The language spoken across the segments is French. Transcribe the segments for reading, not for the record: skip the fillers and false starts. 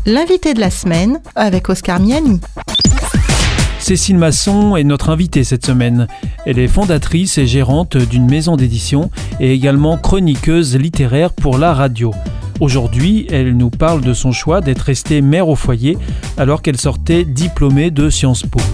L'invité de la semaine avec Oscar Miani. Cécile Masson est notre invitée cette semaine. Elle est fondatrice et gérante d'une maison d'édition et également chroniqueuse littéraire pour la radio. Aujourd'hui, elle nous parle de son choix d'être restée mère au foyer alors qu'elle sortait diplômée de Sciences Po.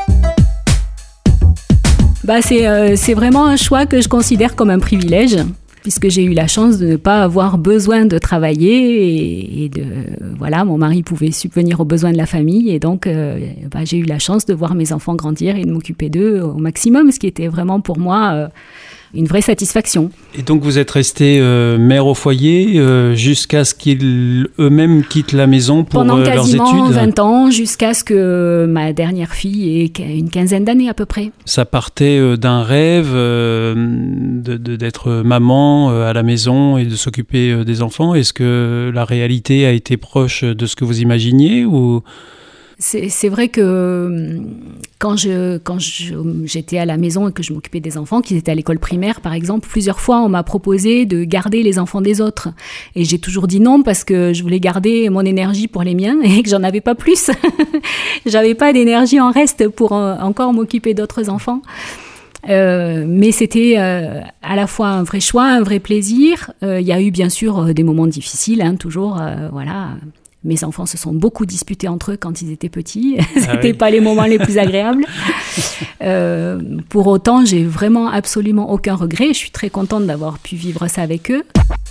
C'est vraiment un choix que je considère comme un privilège, puisque j'ai eu la chance de ne pas avoir besoin de travailler mon mari pouvait subvenir aux besoins de la famille et donc j'ai eu la chance de voir mes enfants grandir et de m'occuper d'eux au maximum, ce qui était vraiment pour moi une vraie satisfaction. Et donc vous êtes restée mère au foyer jusqu'à ce qu'ils eux-mêmes quittent la maison pour leurs études ? Pendant quasiment 20 ans, jusqu'à ce que ma dernière fille ait une quinzaine d'années à peu près. Ça partait d'un rêve d'être maman à la maison et de s'occuper des enfants. Est-ce que la réalité a été proche de ce que vous imaginiez ou... C'est vrai que quand j'étais à la maison et que je m'occupais des enfants, qu'ils étaient à l'école primaire par exemple, plusieurs fois on m'a proposé de garder les enfants des autres. Et j'ai toujours dit non parce que je voulais garder mon énergie pour les miens et que j'en avais pas plus. J'avais pas d'énergie en reste pour encore m'occuper d'autres enfants. Mais c'était à la fois un vrai choix, un vrai plaisir. Il y a eu bien sûr des moments difficiles, toujours, voilà. Mes enfants se sont beaucoup disputés entre eux quand ils étaient petits. C'était pas les moments les plus agréables. Pour autant, j'ai vraiment absolument aucun regret. Je suis très contente d'avoir pu vivre ça avec eux.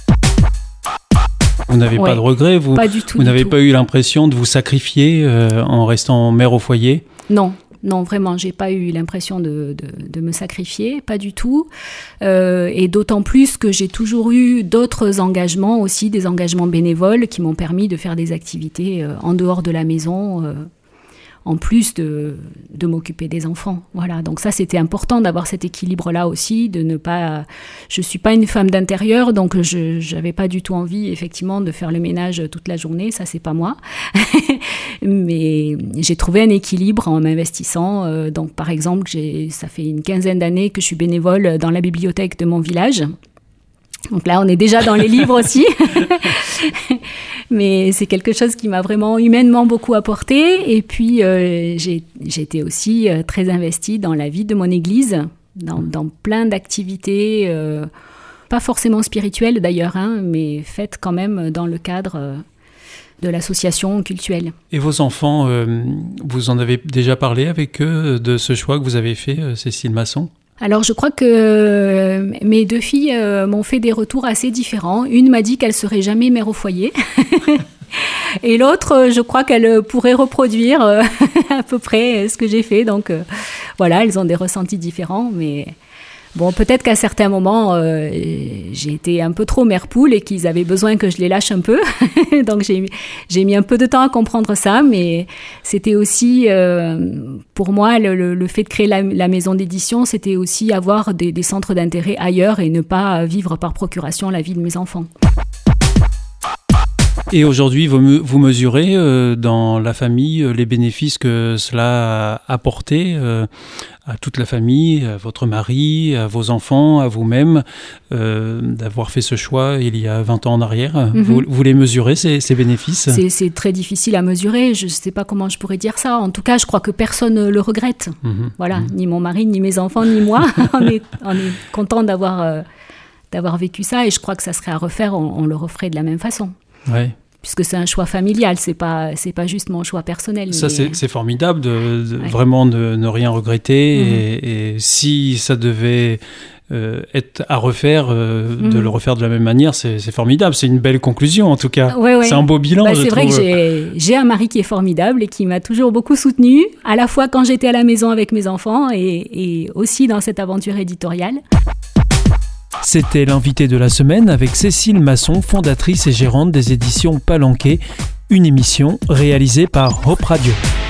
Vous n'avez pas de regret, vous? Pas du tout. Vous n'avez pas eu l'impression de vous sacrifier en restant mère au foyer? Non, vraiment, j'ai pas eu l'impression de me sacrifier, pas du tout. Et d'autant plus que j'ai toujours eu d'autres engagements aussi, des engagements bénévoles qui m'ont permis de faire des activités en dehors de la maison, en plus de m'occuper des enfants. Voilà, donc ça c'était important d'avoir cet équilibre-là aussi, de ne pas... Je suis pas une femme d'intérieur, donc je n'avais pas du tout envie effectivement de faire le ménage toute la journée, ça c'est pas moi. Mais j'ai trouvé un équilibre en m'investissant. Donc par exemple, ça fait une quinzaine d'années que je suis bénévole dans la bibliothèque de mon village. Donc là, on est déjà dans les livres aussi. Mais c'est quelque chose qui m'a vraiment humainement beaucoup apporté. Et puis, j'ai été aussi très investie dans la vie de mon église, dans plein d'activités, pas forcément spirituelles d'ailleurs, mais faites quand même dans le cadre de l'association cultuelle. Et vos enfants, vous en avez déjà parlé avec eux de ce choix que vous avez fait, Cécile Masson ? Alors, je crois que mes deux filles m'ont fait des retours assez différents. Une m'a dit qu'elle serait jamais mère au foyer. Et l'autre, je crois qu'elle pourrait reproduire à peu près ce que j'ai fait. Donc, voilà, elles ont des ressentis différents. Mais bon, peut-être qu'à certains moments, j'ai été un peu trop mère poule et qu'ils avaient besoin que je les lâche un peu. Donc, j'ai mis un peu de temps à comprendre ça. Mais c'était aussi, pour moi, le fait de créer la maison d'édition, c'était aussi avoir des centres d'intérêt ailleurs et ne pas vivre par procuration la vie de mes enfants. Et aujourd'hui, vous mesurez dans la famille les bénéfices que cela a apporté à toute la famille, à votre mari, à vos enfants, à vous-même, d'avoir fait ce choix il y a 20 ans en arrière. Mm-hmm. Vous les mesurez, ces bénéfices ? C'est très difficile à mesurer. Je ne sais pas comment je pourrais dire ça. En tout cas, je crois que personne ne le regrette. Mm-hmm. Voilà, ni mon mari, ni mes enfants, ni moi. on est content d'avoir vécu ça. Et je crois que ça serait à refaire. On le referait de la même façon. Ouais. Puisque c'est un choix familial, c'est pas juste mon choix personnel. Ça, c'est formidable vraiment de ne rien regretter. Et si ça devait être à refaire, de le refaire de la même manière, c'est formidable. C'est une belle conclusion, en tout cas. Ouais. C'est un beau bilan, je trouve. C'est vrai que j'ai un mari qui est formidable et qui m'a toujours beaucoup soutenue, à la fois quand j'étais à la maison avec mes enfants et aussi dans cette aventure éditoriale. C'était l'invité de la semaine avec Cécile Masson, fondatrice et gérante des éditions Palanquet, une émission réalisée par Hope Radio.